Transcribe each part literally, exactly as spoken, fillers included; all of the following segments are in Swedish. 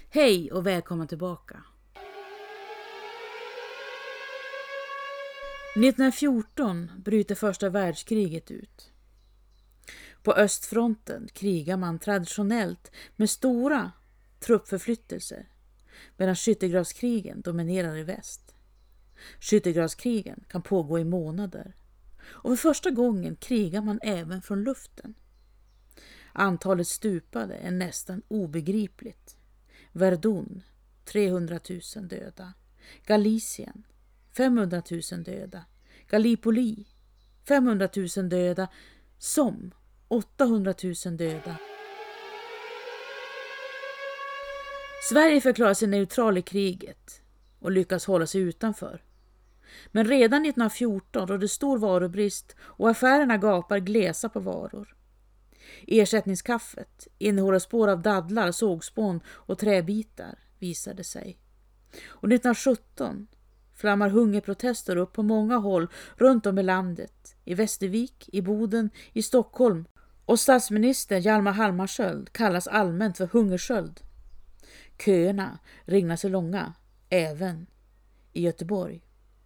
Hej och välkommen tillbaka. nittonhundrafjorton bryter första världskriget ut. På östfronten krigar man traditionellt med stora truppförflyttelser, medan skyttegravskrigen dominerar i väst. Skyttegravskrigen kan pågå i månader, och för första gången krigar man även från luften. Antalet stupade är nästan obegripligt. Verdun, trehundratusen döda. Galicien, femhundratusen döda. Gallipoli, femhundratusen döda. Somme, åttahundratusen döda. Sverige förklarar sig neutral i kriget och lyckas hålla sig utanför. Men redan nittonhundrafjorton rådde stor varubrist och affärerna gapar glesa på varor. Ersättningskaffet innehåller spår av dadlar, sågspån och träbitar, visade sig. Och nittonhundrasjutton flammar hungerprotester upp på många håll runt om i landet. I Västervik, i Boden, i Stockholm. Och statsminister Hjalmar Halmarsköld kallas allmänt för hungersköld. Köerna ringlar sig långa, även i Göteborg.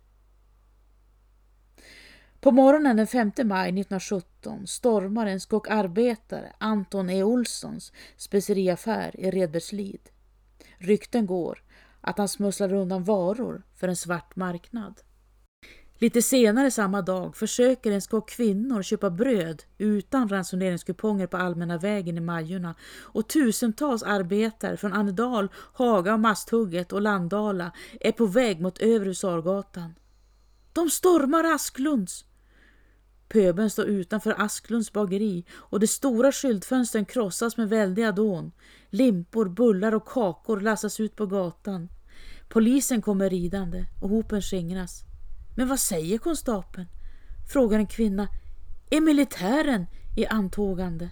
På morgonen den femte maj nittonhundrasjutton stormar en skockarbetare Anton E. Olssons speceriaffär i Redbergslid. Rykten går att han smusslar undan varor för en svart marknad. Lite senare samma dag försöker en skock kvinnor köpa bröd utan ransoneringskuponger på allmänna vägen i Majorna, och tusentals arbetare från Annedal, Haga och Masthugget och Landala är på väg mot Övre Husargatan. De stormar Asklunds. Pöbeln står utanför Asklunds bageri och de stora skyltfönstren krossas med väldiga dån. Limpor, bullar och kakor lassas ut på gatan. Polisen kommer ridande och hopen skingras. Men vad säger konstapeln? Frågar en kvinna. Är militären i antågande?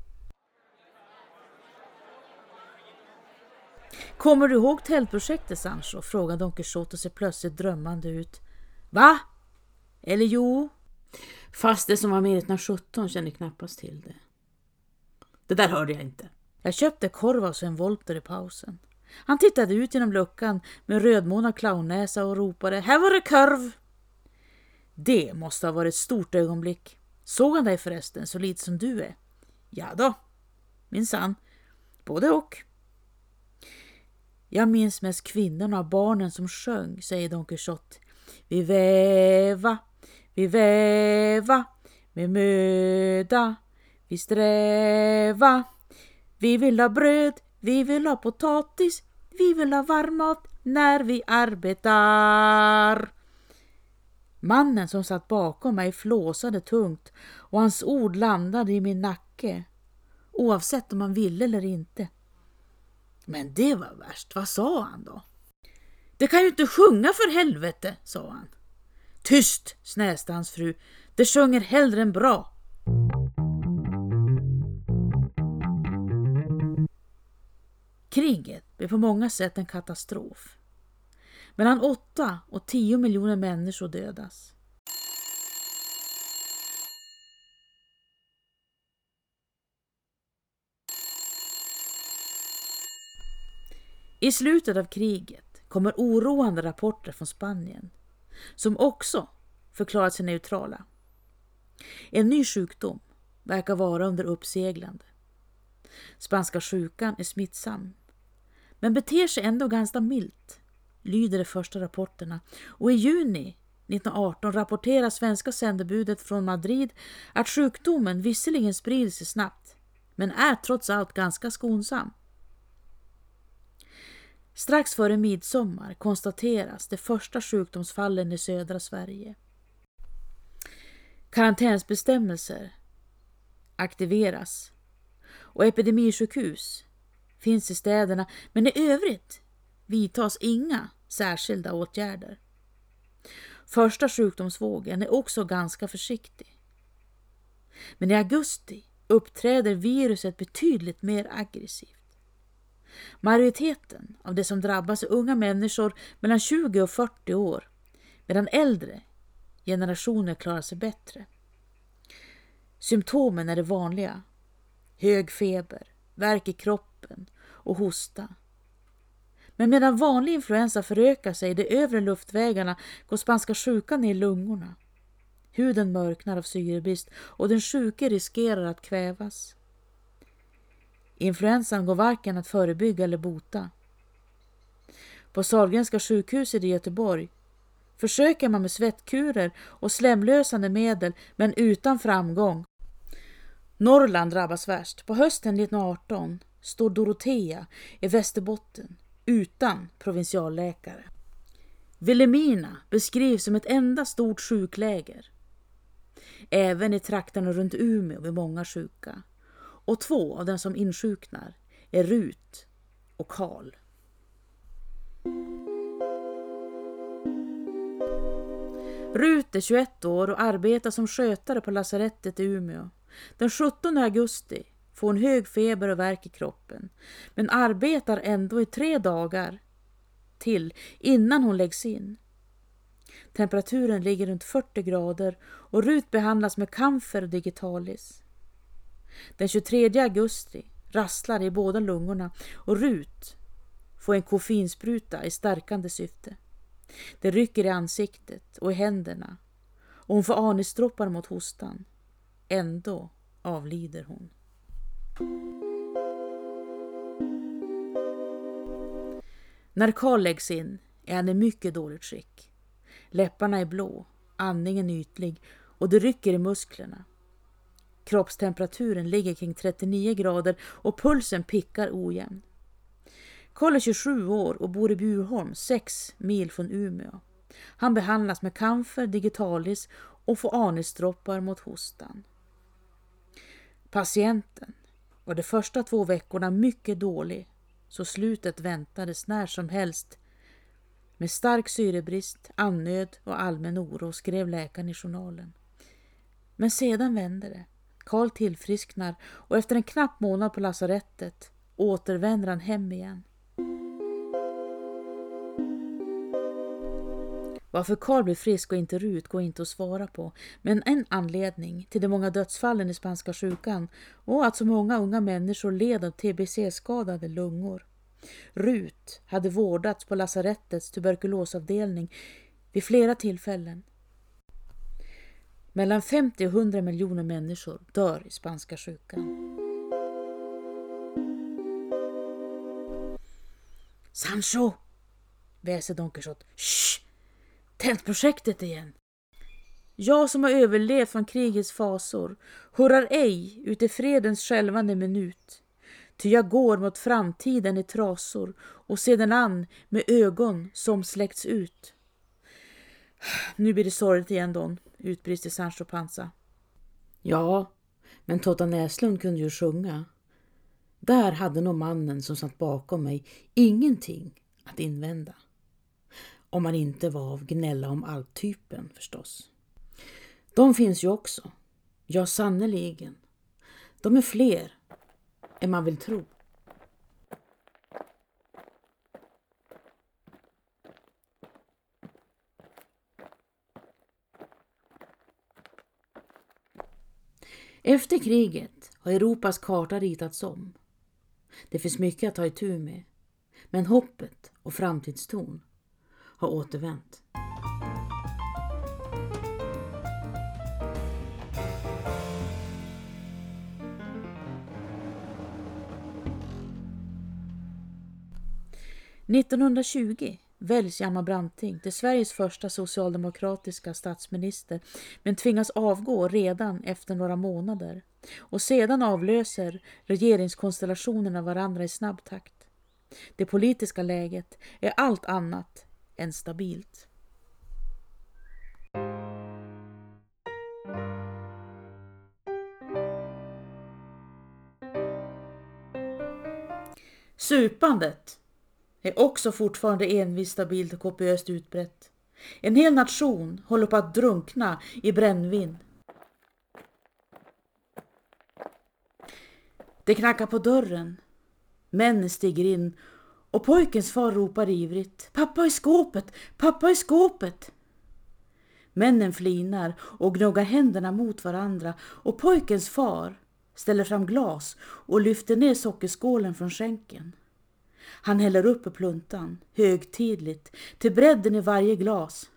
Kommer du ihåg tältprojektet, Sancho? Frågar Don Quixote och ser plötsligt drömmande ut. Va? Eller jo? Fast det som var med nittonhundrasjutton kände knappast till det. Det där hörde jag inte. Jag köpte korvas och en Volter i pausen. Han tittade ut genom luckan med rödmånad clownnäsa och ropade: här var det korv! Det måste ha varit ett stort ögonblick. Såg han dig förresten så lite som du är? Ja då, minsann. Både och. Jag minns mest kvinnorna och barnen som sjöng, säger Don Quixote. Vi väva, vi väva, med möda, vi sträva. Vi vill ha bröd, vi vill ha potatis, vi vill ha varm mat när vi arbetar. Mannen som satt bakom mig flåsade tungt och hans ord landade i min nacke, oavsett om han ville eller inte. Men det var värst, vad sa han då? Det kan ju inte sjunga för helvete, sa han. Tyst, snäste hans fru, det sjunger hellre än bra. Kriget blev på många sätt en katastrof. Mellan åtta och tio miljoner människor dödas. I slutet av kriget kommer oroande rapporter från Spanien, som också förklarat sig neutrala. En ny sjukdom verkar vara under uppseglande. Spanska sjukan är smittsam, men beter sig ändå ganska milt, lyder de första rapporterna. Och i juni nittonhundraarton rapporterar svenska sändebudet från Madrid att sjukdomen visserligen sprider sig snabbt, men är trots allt ganska skonsam. Strax före midsommar konstateras de första sjukdomsfallen i södra Sverige. Karantänsbestämmelser aktiveras och epidemisjukhus finns i städerna, men i övrigt vidtas inga särskilda åtgärder. Första sjukdomsvågen är också ganska försiktig. Men i augusti uppträder viruset betydligt mer aggressivt. Majoriteten av de som drabbas är unga människor mellan tjugo och fyrtio år, medan äldre generationer klarar sig bättre. Symptomen är det vanliga: hög feber, värk i kroppen och hosta. Men medan vanlig influensa förökar sig i de övre luftvägarna går spanska sjukan ner i lungorna. Huden mörknar av syrebrist och den sjuke riskerar att kvävas. Influensan går varken att förebygga eller bota. På Sahlgrenska sjukhuset i Göteborg försöker man med svettkurer och slemlösande medel, men utan framgång. Norrland drabbas värst. På hösten nittonhundraarton står Dorotea i Västerbotten utan provinsialläkare. Vilhelmina beskrivs som ett enda stort sjukläger. Även i trakterna runt Umeå är många sjuka. Och två av dem som insjuknar är Rut och Karl. Rut är tjugoett år och arbetar som skötare på lasarettet i Umeå. Den sjuttonde augusti får hon hög feber och värk i kroppen, men arbetar ändå i tre dagar till innan hon läggs in. Temperaturen ligger runt fyrtio grader och Rut behandlas med kamfer och digitalis. Den tjugotredje augusti rasslar i båda lungorna och Rut får en koffeinspruta i stärkande syfte. Det rycker i ansiktet och i händerna och hon får anisdroppar mot hostan. Ändå avlider hon. När Karl läggs in är han i mycket dåligt skick. Läpparna är blå, andningen ytlig och det rycker i musklerna. Kroppstemperaturen ligger kring trettionio grader och pulsen pickar ojämn. Karl är tjugosju år och bor i Bjurholm, sex mil från Umeå. Han behandlas med kamfer, digitalis och får anisdroppar mot hostan. Patienten var de första två veckorna mycket dålig, så slutet väntades när som helst. Med stark syrebrist, andnöd och allmän oro, skrev läkaren i journalen. Men sedan vände det. Karl tillfrisknar och efter en knapp månad på lasarettet återvänder han hem igen. Varför Karl blir frisk och inte Rut går inte att svara på, men en anledning till de många dödsfallen i spanska sjukan var att så många unga människor led av T B C-skadade lungor. Rut hade vårdats på lasarettets tuberkulosavdelning vid flera tillfällen. Mellan femtio och hundra miljoner människor dör i spanska sjukan. Sancho, väser Don Quixote. Shh! Tältprojektet igen. Jag som har överlevt från krigets fasor hurrar ej ut i fredens skälvande minut. Ty jag går mot framtiden i trasor och ser den an med ögon som släckts ut. Nu blir det sorgligt igen, Don, utbrister Sancho Panza. Ja, men Totta Näslund kunde ju sjunga. Där hade nog mannen som satt bakom mig ingenting att invända. Om man inte var av gnälla om allt-typen förstås. De finns ju också. Ja, sannoliken. De är fler än man vill tro. Efter kriget har Europas karta ritats om. Det finns mycket att ta itu med, men hoppet och framtidston har återvänt. nittonhundratjugo väljs Hjalmar Branting till Sveriges första socialdemokratiska statsminister, men tvingas avgå redan efter några månader. Och sedan avlöser regeringskonstellationerna varandra i snabb takt. Det politiska läget är allt annat än stabilt. Supandet är också fortfarande envist stabilt och kopiöst utbrett. En hel nation håller på att drunkna i brännvin. Det knackar på dörren. Männen stiger in och pojkens far ropar ivrigt: Pappa i skåpet! Pappa i skåpet! Männen flinar och gnuggar händerna mot varandra och pojkens far ställer fram glas och lyfter ner sockerskålen från skänken. Han häller upp i pluntan, högtidligt, till bredden i varje glas.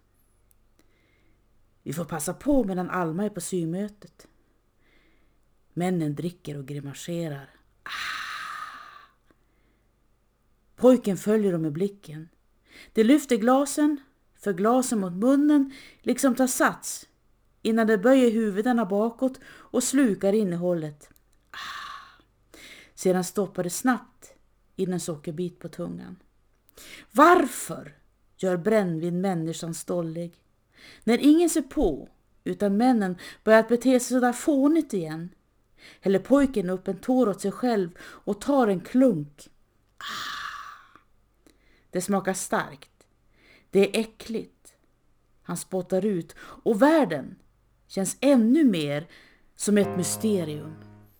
Vi får passa på medan Alma är på symötet. Männen dricker och grimaserar. Ah. Pojken följer dem med blicken. De lyfter glasen, för glasen mot munnen, liksom tar sats, innan de böjer huvudena bakåt och slukar innehållet. Ah. Sedan stoppar det snabbt in en sockerbit på tungan. Varför gör brännvin människan stollig? När ingen ser på, utan männen börjar bete sig sådär fånigt igen, häller pojken upp en tår åt sig själv och tar en klunk. Ah. Det smakar starkt. Det är äckligt. Han spottar ut och världen känns ännu mer som ett mysterium.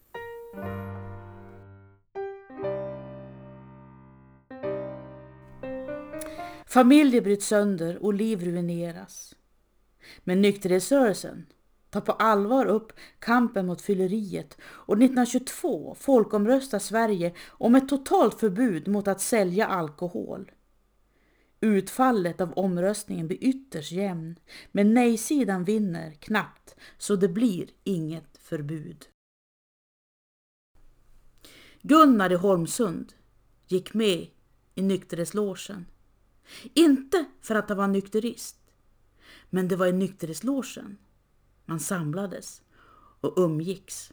Familjer bryts sönder och liv ruineras. Men nykterhetsrörelsen tar på allvar upp kampen mot fylleriet och nittonhundratjugotvå folkomröstar Sverige om ett totalt förbud mot att sälja alkohol. Utfallet av omröstningen blir ytterst jämn, men nej-sidan vinner knappt, så det blir inget förbud. Gunnar i Holmsund gick med i nykterhetslogen. Inte för att han var nykterist, men det var i nykterhetslogen man samlades och umgicks.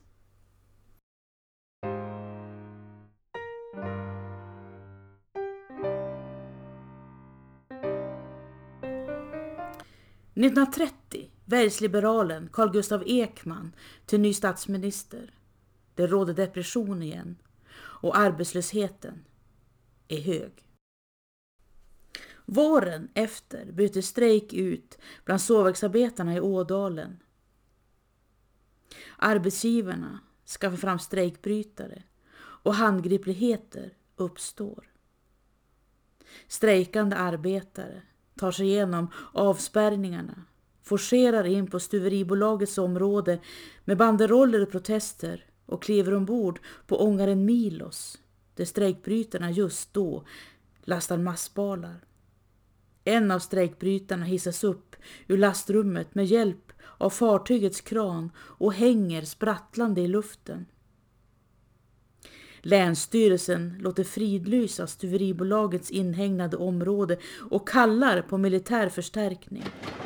nittonhundratrettio väljs liberalen Carl Gustaf Ekman till ny statsminister. Det råder depression igen och arbetslösheten är hög. Våren efter bryter strejk ut bland sågverksarbetarna i Ådalen. Arbetsgivarna skaffar fram strejkbrytare och handgripligheter uppstår. Strejkande arbetare tar sig igenom avspärrningarna, forcerar in på stuveribolagets område med banderoller och protester och kliver ombord på ångaren Milos, där strejkbrytarna just då lastar massbalar. En av strejkbrytarna hissas upp ur lastrummet med hjälp av fartygets kran och hänger sprattlande i luften. Länsstyrelsen låter fridlysa stuveribolagets inhägnade område och kallar på militär förstärkning.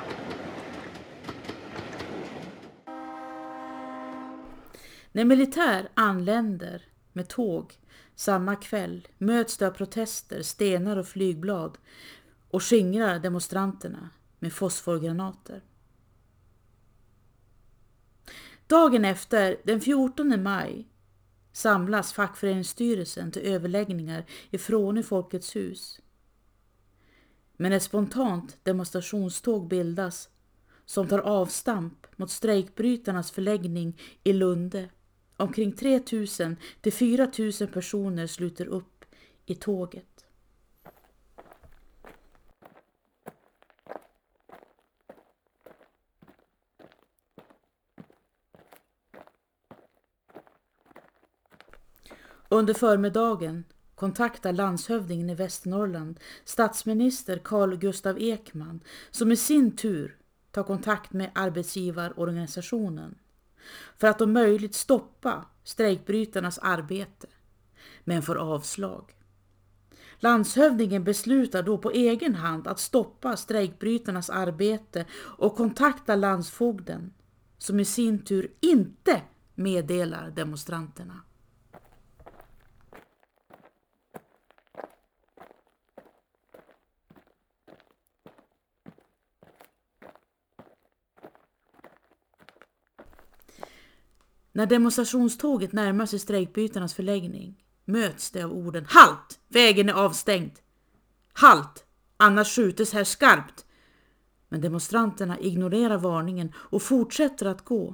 När militär anländer med tåg samma kväll möts det av protester, stenar och flygblad och skingrar demonstranterna med fosforgranater. Dagen efter, den fjortonde maj, samlas fackföreningsstyrelsen till överläggningar ifrån i Folkets hus. Men ett spontant demonstrationståg bildas som tar avstamp mot strejkbrytarnas förläggning i Lunde. Omkring tre tusen till fyra tusen personer sluter upp i tåget. Under förmiddagen kontaktar landshövdingen i Västernorrland statsminister Carl Gustaf Ekman, som i sin tur tar kontakt med arbetsgivarorganisationen för att om möjligt stoppa strejkbrytarnas arbete, men får avslag. Landshövdingen beslutar då på egen hand att stoppa strejkbrytarnas arbete och kontakta landsfogden, som i sin tur inte meddelar demonstranterna. När demonstrationståget närmar sig strejkbrytarnas förläggning möts det av orden "Halt! Vägen är avstängd! Halt! Annars skjutes här skarpt!" Men demonstranterna ignorerar varningen och fortsätter att gå.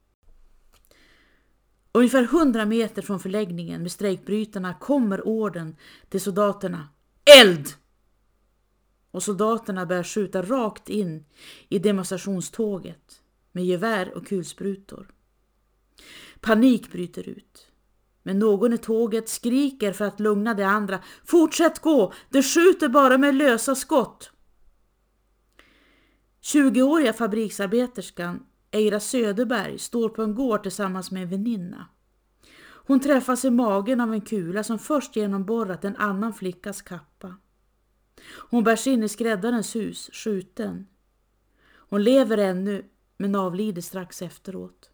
Ungefär hundra meter från förläggningen med strejkbrytarna kommer orden till soldaterna "Eld!" Och soldaterna börjar skjuta rakt in i demonstrationståget med gevär och kulsprutor. Panik bryter ut. Men någon i tåget skriker för att lugna de andra. Fortsätt gå, det skjuter bara med lösa skott. tjugoåriga fabriksarbeterskan Eira Söderberg står på en gård tillsammans med en väninna. Hon träffas i magen av en kula som först genomborrat en annan flickas kappa. Hon bärs in i skräddarens hus, skjuten. Hon lever ännu, men avlider strax efteråt.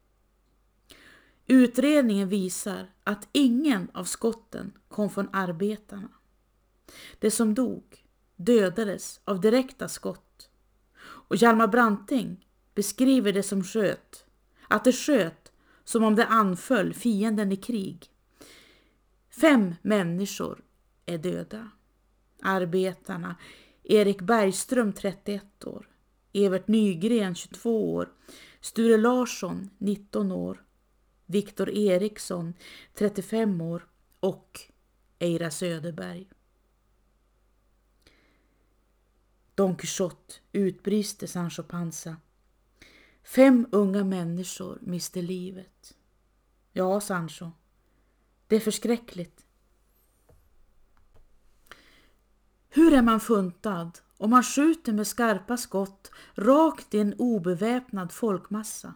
Utredningen visar att ingen av skotten kom från arbetarna. Det som dog dödades av direkta skott. Och Hjalmar Branting beskriver det som sköt, att det sköt som om det anföll fienden i krig. Fem människor är döda. Arbetarna Erik Bergström trettioett år, Evert Nygren tjugotvå år, Sture Larsson nitton år, Viktor Eriksson trettiofem år och Eira Söderberg. Don Quixote utbrister Sancho Panza. Fem unga människor miste livet. Ja, Sancho, det är förskräckligt. Hur är man funtad om man skjuter med skarpa skott rakt i en obeväpnad folkmassa?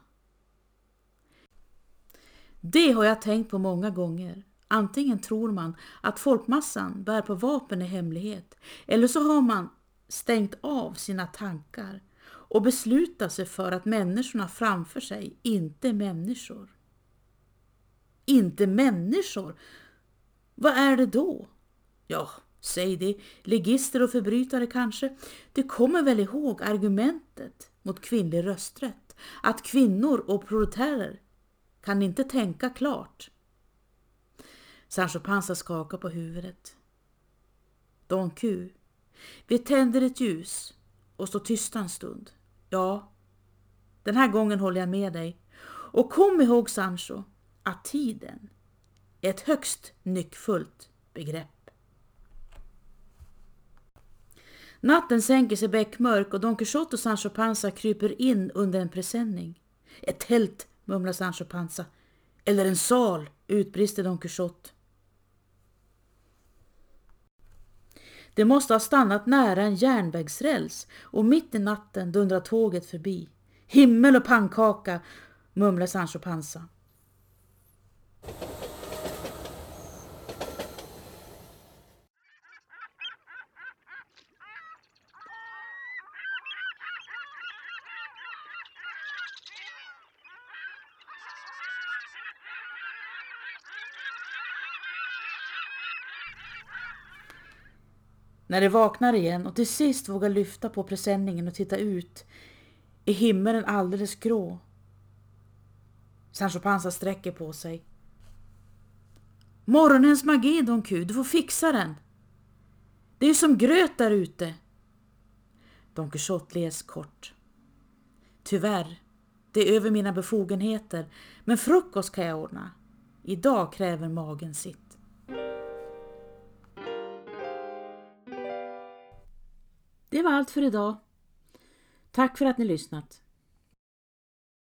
Det har jag tänkt på många gånger. Antingen tror man att folkmassan bär på vapen i hemlighet, eller så har man stängt av sina tankar och beslutat sig för att människorna framför sig inte är människor. Inte människor? Vad är det då? Ja, säg det, legister och förbrytare kanske. Du kommer väl ihåg argumentet mot kvinnlig rösträtt, att kvinnor och proletärer kan inte tänka klart. Sancho Panza skakar på huvudet. Don Q, vi tänder ett ljus och står tysta en stund. Ja, den här gången håller jag med dig. Och kom ihåg, Sancho, att tiden är ett högst nyckfullt begrepp. Natten sänker sig bäckmörk och Don Quixote och Sancho Panza kryper in under en presenning. Ett tält, mumlar Sancho Panza. Eller en sal, utbrister Don Quixote. Det måste ha stannat nära en järnvägsräls och mitt i natten dundrar tåget förbi. Himmel och pannkaka, mumlar Sancho Panza. När det vaknar igen och till sist vågar lyfta på presenningen och titta ut, är himmelen alldeles grå. Sancho Panza sträcker på sig. Morgonens magi, Don Q, du får fixa den. Det är ju som gröt där ute. Don Quixote les kort. Tyvärr, det är över mina befogenheter, men frukost kan jag ordna. Idag kräver magen sitt. Det var allt för idag. Tack för att ni lyssnat.